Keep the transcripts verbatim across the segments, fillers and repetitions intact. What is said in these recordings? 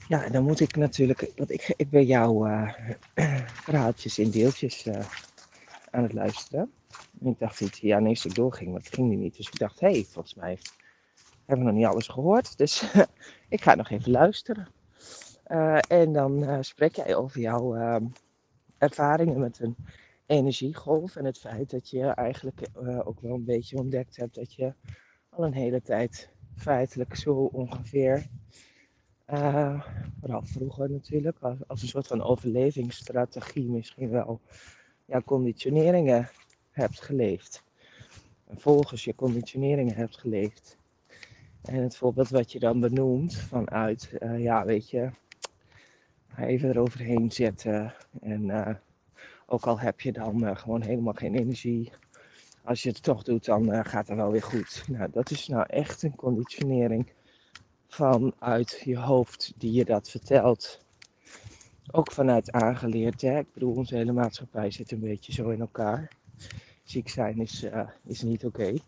Ja, en dan moet ik natuurlijk, want ik, ik ben jouw uh, verhaaltjes in deeltjes uh, aan het luisteren. En ik dacht dat ja, een stuk doorging, maar het ging nu niet. Dus ik dacht, hé, hey, volgens mij hebben we nog niet alles gehoord. Dus ik ga nog even luisteren. Uh, en dan uh, spreek jij over jouw uh, ervaringen met een energiegolf. En het feit dat je eigenlijk uh, ook wel een beetje ontdekt hebt dat je al een hele tijd feitelijk zo ongeveer... Uh, vooral vroeger natuurlijk, als, als een soort van overlevingsstrategie misschien wel, ja, conditioneringen hebt geleefd. En volgens je conditioneringen hebt geleefd. En het voorbeeld wat je dan benoemt vanuit, uh, ja weet je, even eroverheen zetten. En uh, ook al heb je dan uh, gewoon helemaal geen energie, als je het toch doet dan uh, gaat het wel weer goed. Nou, dat is nou echt een conditionering vanuit je hoofd die je dat vertelt. Ook vanuit aangeleerd, hè. Ik bedoel, onze hele maatschappij zit een beetje zo in elkaar. Ziek zijn is, uh, is niet oké. Okay.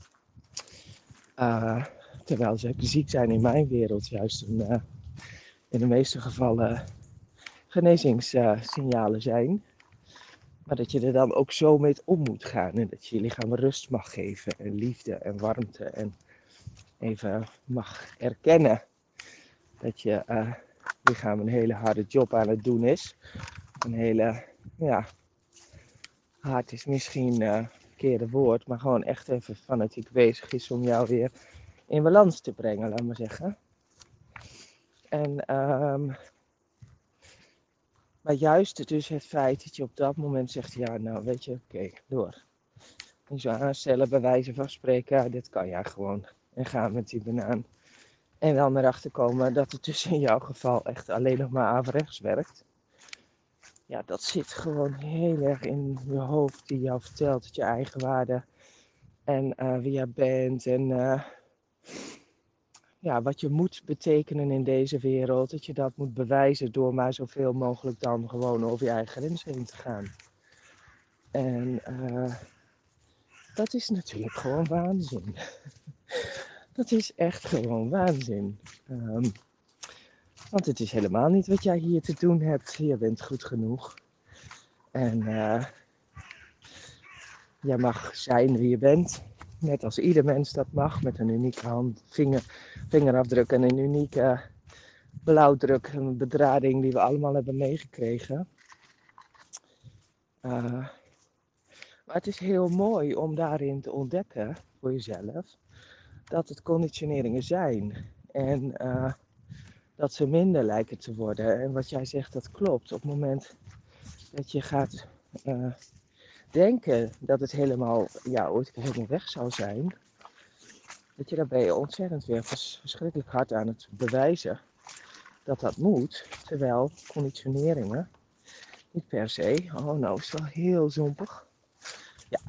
Uh, terwijl ze ziek zijn in mijn wereld juist een, uh, in de meeste gevallen genezingssignalen uh, zijn. Maar dat je er dan ook zo mee om moet gaan. En dat je je lichaam rust mag geven. En liefde en warmte. En even mag erkennen dat je uh, lichaam een hele harde job aan het doen is. Een hele, ja... hard is misschien uh, het verkeerde woord, maar gewoon echt even fanatiek bezig is om jou weer in balans te brengen, laat maar zeggen. En, um, maar juist dus het feit dat je op dat moment zegt, ja nou weet je, oké, okay, door. En zo aanstellen, bij wijze van spreken, dit kan jij gewoon. En gaan met die banaan. En dan erachter komen dat het dus in jouw geval echt alleen nog maar averechts werkt. Ja, dat zit gewoon heel erg in je hoofd die jou vertelt dat je eigen waarde en uh, wie jij bent en uh, ja, wat je moet betekenen in deze wereld. Dat je dat moet bewijzen door maar zoveel mogelijk dan gewoon over je eigen grenzen heen te gaan. En uh, dat is natuurlijk gewoon waanzin. Dat is echt gewoon waanzin. Um, want het is helemaal niet wat jij hier te doen hebt. Je bent goed genoeg. En uh, jij mag zijn wie je bent. Net als ieder mens dat mag. Met een unieke hand, vinger, vingerafdruk en een unieke blauwdruk. Een bedrading die we allemaal hebben meegekregen. Uh, maar het is heel mooi om daarin te ontdekken voor jezelf. Dat het conditioneringen zijn. En uh, dat ze minder lijken te worden. En wat jij zegt, dat klopt. Op het moment dat je gaat uh, denken dat het helemaal, ja, ooit helemaal weg zou zijn. Dat je daar ben je ontzettend weer vers- verschrikkelijk hard aan het bewijzen dat dat moet. Terwijl conditioneringen niet per se, oh nou is het wel heel zompig. Ja,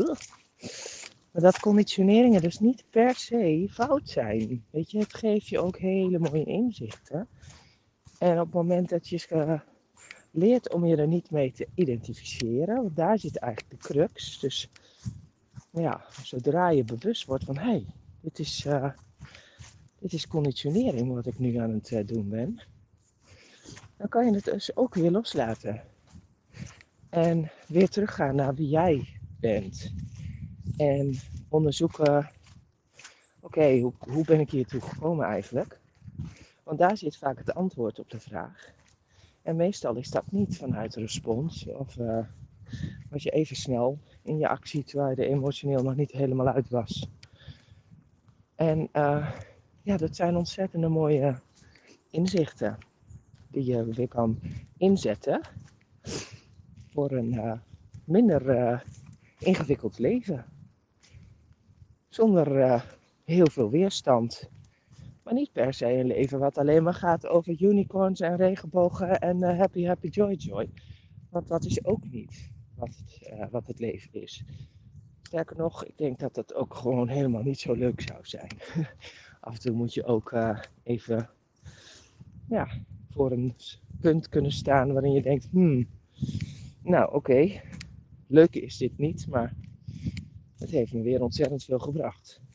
maar dat conditioneringen dus niet per se fout zijn. Weet je, het geeft je ook hele mooie inzichten. En op het moment dat je uh, leert om je er niet mee te identificeren, want daar zit eigenlijk de crux. Dus ja, zodra je bewust wordt van, hé, hey, dit is, uh, dit is conditionering wat ik nu aan het uh, doen ben. Dan kan je het dus ook weer loslaten. En weer teruggaan naar wie jij bent. En onderzoeken, oké, okay, hoe, hoe ben ik hiertoe gekomen eigenlijk? Want daar zit vaak het antwoord op de vraag. En meestal is dat niet vanuit respons. Of uh, was je even snel in je actie terwijl je er emotioneel nog niet helemaal uit was. En uh, ja, dat zijn ontzettende mooie inzichten. Die je weer kan inzetten. Voor een uh, minder uh, ingewikkeld leven. Zonder uh, heel veel weerstand. Maar niet per se een leven wat alleen maar gaat over unicorns en regenbogen en uh, happy, happy, joy, joy. Want dat is ook niet wat het, uh, wat het leven is. Sterker nog, ik denk dat dat ook gewoon helemaal niet zo leuk zou zijn. Af en toe moet je ook uh, even ja, voor een punt kunnen staan waarin je denkt, hmm, nou oké, okay, leuk is dit niet, maar het heeft me weer ontzettend veel gebracht.